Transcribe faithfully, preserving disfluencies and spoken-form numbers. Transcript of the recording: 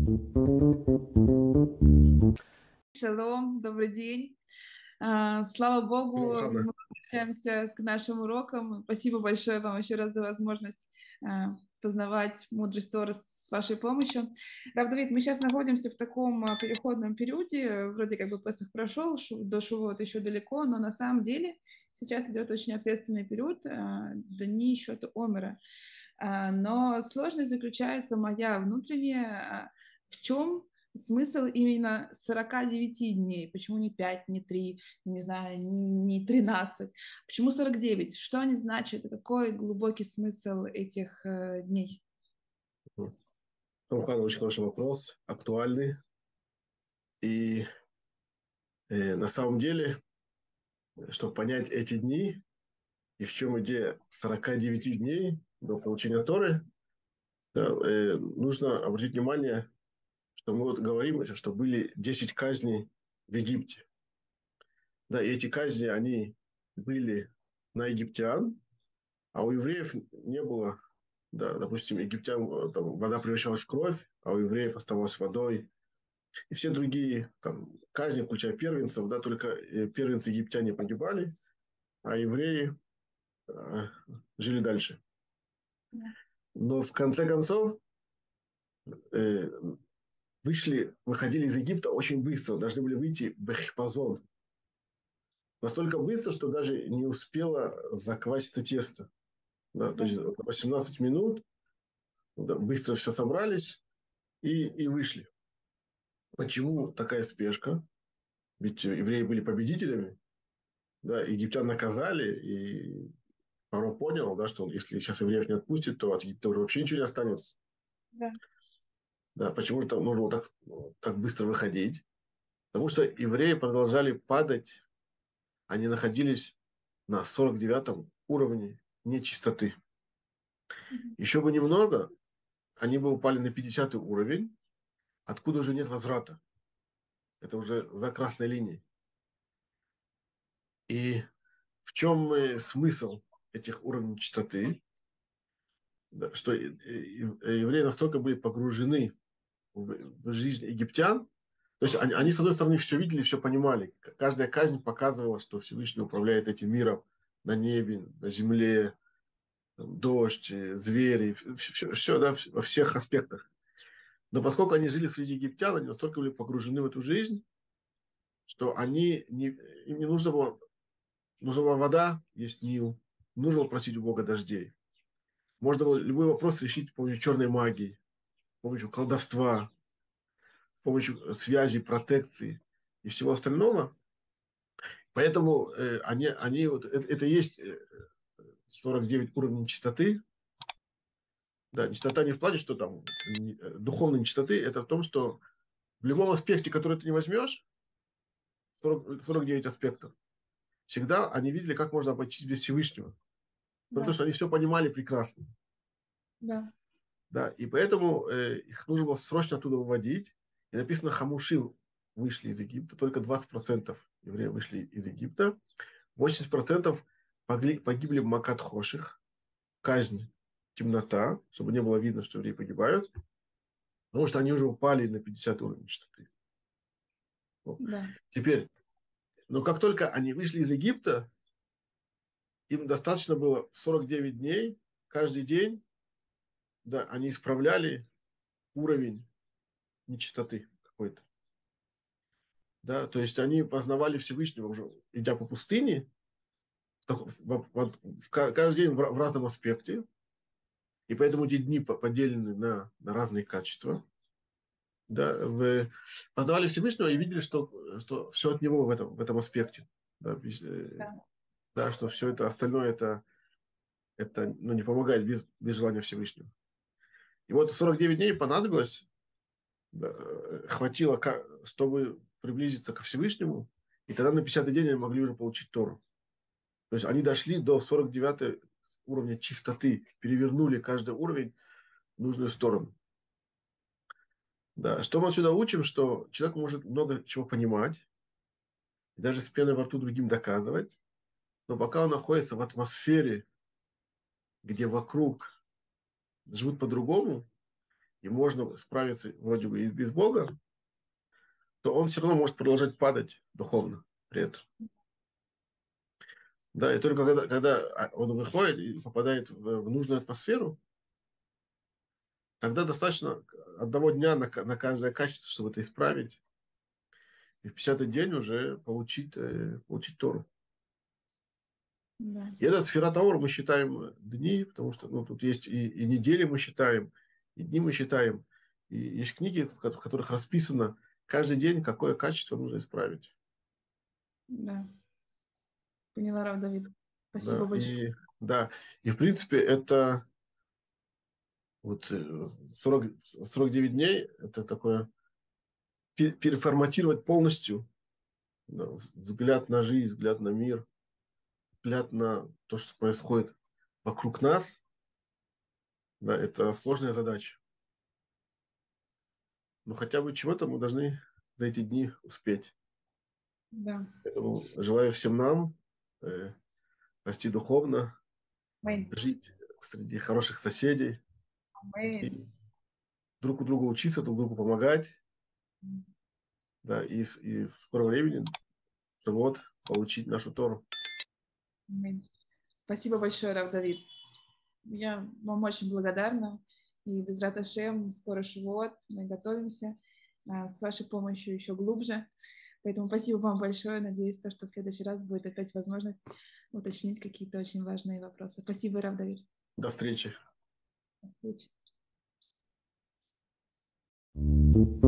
Шалом, добрый день. А, Слава Ну, Богу, Ханна, мы возвращаемся к нашим урокам. Спасибо большое вам еще раз за возможность а, познавать мудрость Торы с вашей помощью. Рав Давид, мы сейчас находимся в таком а, переходном периоде. Вроде как бы Песах прошел, шу- до Шивот еще далеко, но на самом деле сейчас идет очень ответственный период, а, дни счета Омера. А, Но сложность заключается моя внутренняя, а, в чем смысл именно сорока девяти дней? Почему не пять, не три, не знаю, не тринадцать? Почему сорок девять? Что они значат? Какой глубокий смысл этих э, дней? ну, Ханна, очень хороший вопрос, актуальный. И э, на самом деле, чтобы понять эти дни и в чем идея сорока девяти дней до получения Торы, да, э, нужно обратить внимание, что мы вот говорим, что были десять казней в Египте. Да, и эти казни, они были на египтян, а у евреев не было, да, допустим, египтян, э, там, вода превращалась в кровь, а у евреев оставалась водой. И все другие там, казни, включая первенцев, да, только э, первенцы египтяне погибали, а евреи э, жили дальше. Но в конце концов э, вышли, выходили из Египта очень быстро, должны были выйти в Хипазон. Настолько быстро, что даже не успело закваситься тесто. Да, то Да, есть восемнадцать минут, да, быстро все собрались и, и вышли. Почему такая спешка? Ведь евреи были победителями, да, египтян наказали, и Фараон понял, да, что он, если сейчас евреев не отпустит, то от Египта уже вообще ничего не останется. да. Да, почему же там нужно вот так, так быстро выходить? Потому что евреи продолжали падать, они находились на сорок девятом уровне нечистоты. Мгм. Еще бы немного, они бы упали на пятидесятый уровень, откуда уже нет возврата. Это уже за красной линией. И в чем э, смысл этих уровней чистоты? Да, что э, э, евреи настолько были погружены в, в жизнь египтян. То есть они, они, с одной стороны, все видели, все понимали. Каждая казнь показывала, что Всевышний управляет этим миром на небе, на земле, там, дождь, э, звери, все, все, да, во всех аспектах. Но поскольку они жили среди египтян, они настолько были погружены в эту жизнь, что они не, им не нужно было, нужна была вода, есть Нил, нужно было просить у Бога дождей. Можно было любой вопрос решить с помощью черной магии, с помощью колдовства, с помощью связи, протекции и всего остального. Поэтому э, они, они вот, это, это и есть э, сорок девять уровней чистоты. Да, нечистота не в плане, что там не, э, духовной нечистоты, это в том, что в любом аспекте, который ты не возьмешь, сорок, сорок девять аспектов, всегда они видели, как можно обойтись без Всевышнего. Потому Да, что они все понимали прекрасно. да. Да, и поэтому э, их нужно было срочно оттуда выводить. И написано, хамушим вышли из Египта, только двадцать процентов евреев вышли из Египта, восемьдесят процентов погибли, погибли в Макат Хоших, казнь, темнота, чтобы не было видно, что евреи погибают, потому что они уже упали на пятьдесят уровень чистоты. Вот. Да. Теперь, но как только они вышли из Египта, им достаточно было сорок девять дней, каждый день, да, они исправляли уровень нечистоты какой-то. Да, то есть они познавали Всевышнего уже, идя по пустыне, в, в, в, в, каждый день в, в разном аспекте, и поэтому эти дни поделены на, на разные качества. Да, в, познавали Всевышнего и видели, что, что все от него в этом, в этом аспекте. Да, без, э, Да. да, что все это остальное это, это ну, не помогает без, без желания Всевышнего. И вот сорок девять дней понадобилось, да, хватило, чтобы приблизиться ко Всевышнему, и тогда на пятидесятый день они могли уже получить Тору. То есть они дошли до сорок девятого уровня чистоты, перевернули каждый уровень в нужную сторону. Да. Что мы отсюда учим, что человек может много чего понимать, и даже с пеной во рту другим доказывать, но пока он находится в атмосфере, где вокруг живут по-другому, и можно справиться вроде бы и без Бога, то он все равно может продолжать падать духовно при этом. Да, и только когда, когда он выходит и попадает в, в нужную атмосферу, тогда достаточно одного дня на, на каждое качество, чтобы это исправить, и в пятидесятый день уже получить, э, получить Тору. Да. И этот сфератаур мы считаем дни, потому что ну, тут есть и, и недели мы считаем, и дни мы считаем. И есть книги, в которых расписано каждый день, какое качество нужно исправить. Да. Поняла, Рав Давид. Спасибо Да, большое. и, да, и в принципе это вот сорок, сорок девять дней, это такое переформатировать полностью, да, взгляд на жизнь, взгляд на мир, взгляд на то, что происходит вокруг нас. Да, это сложная задача. Но хотя бы чего-то мы должны за эти дни успеть. Да. Поэтому желаю всем нам э, расти духовно, Аминь. жить среди хороших соседей Аминь. и друг у друга учиться, друг другу помогать. Да, и, и в скором времени вот получить нашу Тору. Аминь. Спасибо большое, Рав Давид. Я вам очень благодарна. И без Раташем, скоро Шивот, мы готовимся а, с вашей помощью еще глубже. Поэтому спасибо вам большое. Надеюсь, то, что в следующий раз будет опять возможность уточнить какие-то очень важные вопросы. Спасибо, Рав Давид. До встречи. До встречи.